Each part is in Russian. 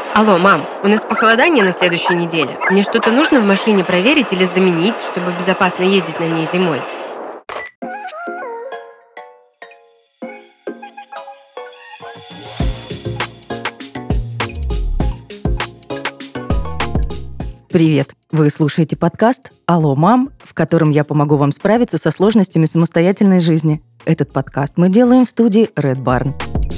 Алло, мам, у нас похолодание на следующей неделе. Мне что-то нужно в машине проверить или заменить, чтобы безопасно ездить на ней зимой? Привет! Вы слушаете подкаст «Алло, мам», в котором я помогу вам справиться со сложностями самостоятельной жизни. Этот подкаст мы делаем в студии Red Barn.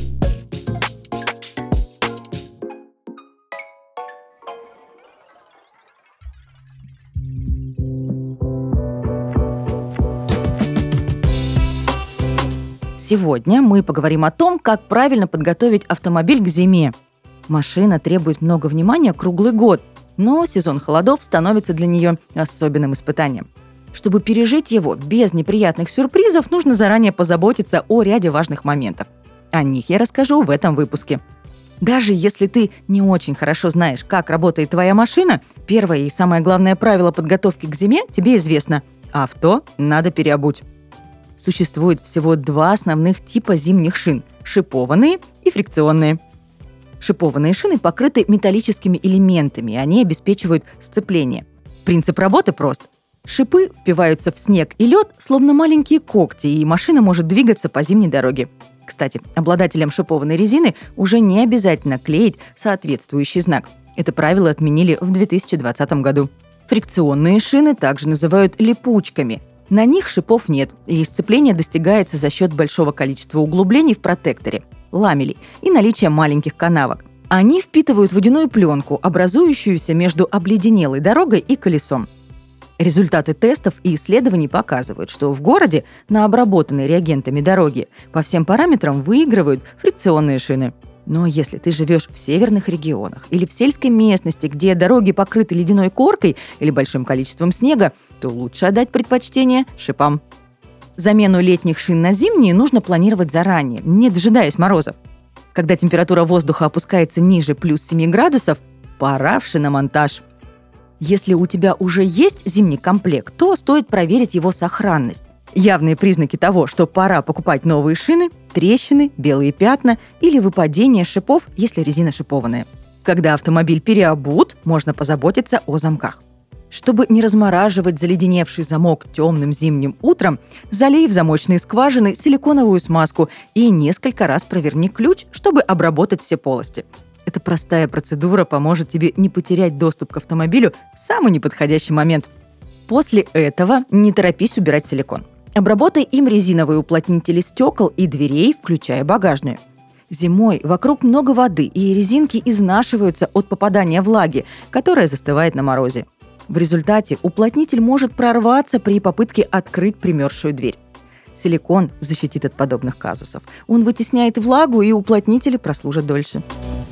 Сегодня мы поговорим о том, как правильно подготовить автомобиль к зиме. Машина требует много внимания круглый год, но сезон холодов становится для нее особенным испытанием. Чтобы пережить его без неприятных сюрпризов, нужно заранее позаботиться о ряде важных моментов. О них я расскажу в этом выпуске. Даже если ты не очень хорошо знаешь, как работает твоя машина, первое и самое главное правило подготовки к зиме тебе известно – авто надо переобуть. Существует всего два основных типа зимних шин – шипованные и фрикционные. Шипованные шины покрыты металлическими элементами, и они обеспечивают сцепление. Принцип работы прост. Шипы впиваются в снег и лед, словно маленькие когти, и машина может двигаться по зимней дороге. Кстати, обладателям шипованной резины уже не обязательно клеить соответствующий знак. Это правило отменили в 2020 году. Фрикционные шины также называют липучками. На них шипов нет, и сцепление достигается за счет большого количества углублений в протекторе – ламелей, и наличия маленьких канавок. Они впитывают водяную пленку, образующуюся между обледенелой дорогой и колесом. Результаты тестов и исследований показывают, что в городе на обработанной реагентами дороге по всем параметрам выигрывают фрикционные шины. Но если ты живешь в северных регионах или в сельской местности, где дороги покрыты ледяной коркой или большим количеством снега, то лучше отдать предпочтение шипам. Замену летних шин на зимние нужно планировать заранее, не дожидаясь морозов. Когда температура воздуха опускается ниже плюс 7 градусов, пора в шиномонтаж. Если у тебя уже есть зимний комплект, то стоит проверить его сохранность. Явные признаки того, что пора покупать новые шины – трещины, белые пятна или выпадение шипов, если резина шипованная. Когда автомобиль переобут, можно позаботиться о замках. Чтобы не размораживать заледеневший замок темным зимним утром, залей в замочные скважины силиконовую смазку и несколько раз проверни ключ, чтобы обработать все полости. Эта простая процедура поможет тебе не потерять доступ к автомобилю в самый неподходящий момент. После этого не торопись убирать силикон. Обработай им резиновые уплотнители стекол и дверей, включая багажную. Зимой вокруг много воды, и резинки изнашиваются от попадания влаги, которая застывает на морозе. В результате уплотнитель может прорваться при попытке открыть примерзшую дверь. Силикон защитит от подобных казусов. Он вытесняет влагу, и уплотнители прослужат дольше.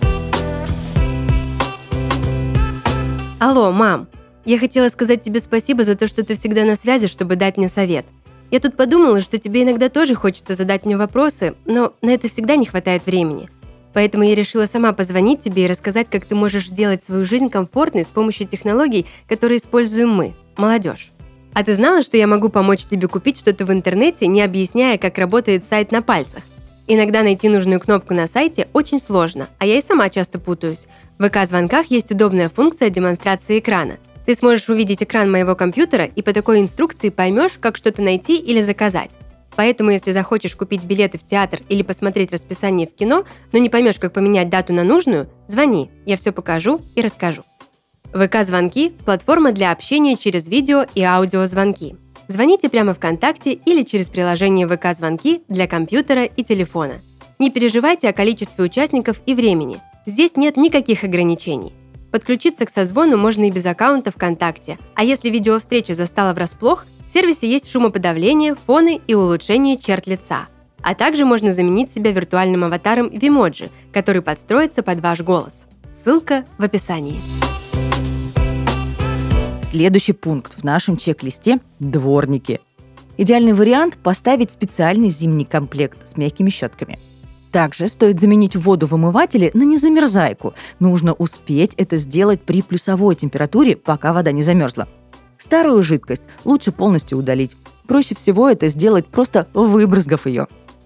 Алло, мам, я хотела сказать тебе спасибо за то, что ты всегда на связи, чтобы дать мне совет. Я тут подумала, что тебе иногда тоже хочется задать мне вопросы, но на это всегда не хватает времени. Поэтому я решила сама позвонить тебе и рассказать, как ты можешь сделать свою жизнь комфортной с помощью технологий, которые используем мы, молодежь. А ты знала, что я могу помочь тебе купить что-то в интернете, не объясняя, как работает сайт на пальцах? Иногда найти нужную кнопку на сайте очень сложно, а я и сама часто путаюсь. В ВК-звонках есть удобная функция демонстрации экрана. Ты сможешь увидеть экран моего компьютера и по такой инструкции поймешь, как что-то найти или заказать. Поэтому, если захочешь купить билеты в театр или посмотреть расписание в кино, но не поймешь, как поменять дату на нужную, звони, я все покажу и расскажу. ВК-звонки – платформа для общения через видео и аудиозвонки. Звоните прямо ВКонтакте или через приложение ВК-звонки для компьютера и телефона. Не переживайте о количестве участников и времени. Здесь нет никаких ограничений. Подключиться к созвону можно и без аккаунта ВКонтакте, а если видеовстреча застала врасплох, в сервисе есть шумоподавление, фоны и улучшение черт лица. А также можно заменить себя виртуальным аватаром Vimoji, который подстроится под ваш голос. Ссылка в описании. Следующий пункт в нашем чек-листе – дворники. Идеальный вариант – поставить специальный зимний комплект с мягкими щетками. Также стоит заменить воду в омывателе на незамерзайку. Нужно успеть это сделать при плюсовой температуре, пока вода не замерзла. Старую жидкость лучше полностью удалить. Проще всего это сделать, просто выбрызгав ее.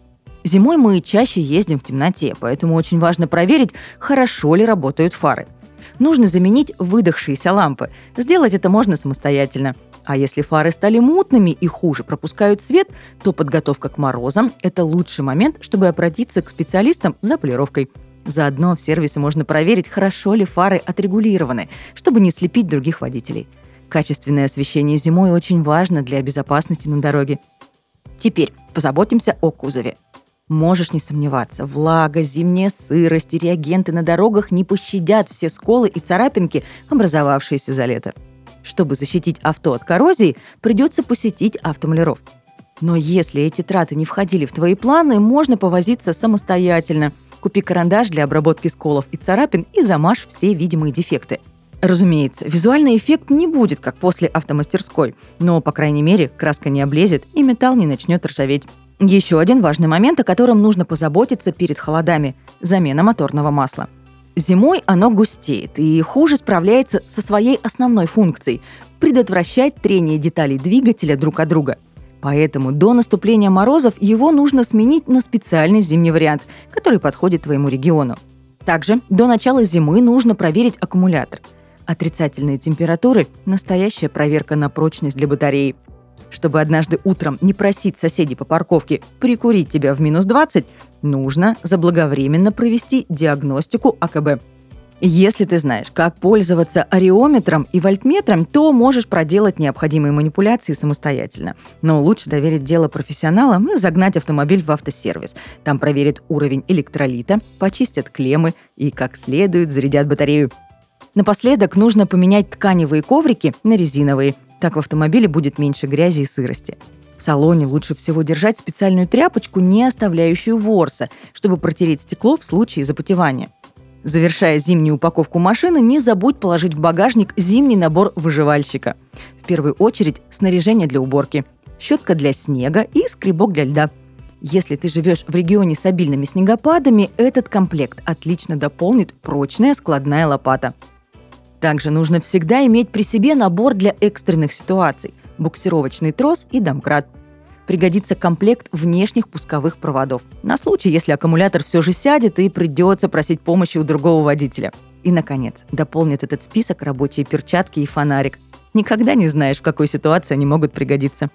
Зимой мы чаще ездим в темноте, поэтому очень важно проверить, хорошо ли работают фары. Нужно заменить выдохшиеся лампы. Сделать это можно самостоятельно. А если фары стали мутными и хуже пропускают свет, то подготовка к морозам – это лучший момент, чтобы обратиться к специалистам за полировкой. Заодно в сервисе можно проверить, хорошо ли фары отрегулированы, чтобы не слепить других водителей. Качественное освещение зимой очень важно для безопасности на дороге. Теперь позаботимся о кузове. Можешь не сомневаться, влага, зимняя сырость и реагенты на дорогах не пощадят все сколы и царапинки, образовавшиеся за лето. Чтобы защитить авто от коррозии, придется посетить автомаляров. Но если эти траты не входили в твои планы, можно повозиться самостоятельно. Купи карандаш для обработки сколов и царапин и замажь все видимые дефекты. Разумеется, визуальный эффект не будет, как после автомастерской, но, по крайней мере, краска не облезет и металл не начнет ржаветь. Еще один важный момент, о котором нужно позаботиться перед холодами – замена моторного масла. Зимой оно густеет и хуже справляется со своей основной функцией – предотвращать трение деталей двигателя друг от друга. Поэтому до наступления морозов его нужно сменить на специальный зимний вариант, который подходит твоему региону. Также до начала зимы нужно проверить аккумулятор. Отрицательные температуры – настоящая проверка на прочность для батареи. Чтобы однажды утром не просить соседей по парковке прикурить тебя в минус 20, нужно заблаговременно провести диагностику АКБ. Если ты знаешь, как пользоваться ареометром и вольтметром, то можешь проделать необходимые манипуляции самостоятельно. Но лучше доверить дело профессионалам и загнать автомобиль в автосервис. Там проверят уровень электролита, почистят клеммы и как следует зарядят батарею. Напоследок нужно поменять тканевые коврики на резиновые. Так в автомобиле будет меньше грязи и сырости. В салоне лучше всего держать специальную тряпочку, не оставляющую ворса, чтобы протереть стекло в случае запотевания. Завершая зимнюю упаковку машины, не забудь положить в багажник зимний набор выживальщика. В первую очередь снаряжение для уборки, щетка для снега и скребок для льда. Если ты живешь в регионе с обильными снегопадами, этот комплект отлично дополнит прочная складная лопата. Также нужно всегда иметь при себе набор для экстренных ситуаций – буксировочный трос и домкрат. Пригодится комплект внешних пусковых проводов на случай, если аккумулятор все же сядет и придется просить помощи у другого водителя. И, наконец, дополнит этот список рабочие перчатки и фонарик. Никогда не знаешь, в какой ситуации они могут пригодиться.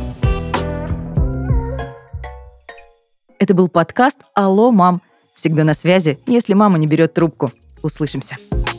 Это был подкаст «Алло, мам». Всегда на связи, если мама не берет трубку. Услышимся.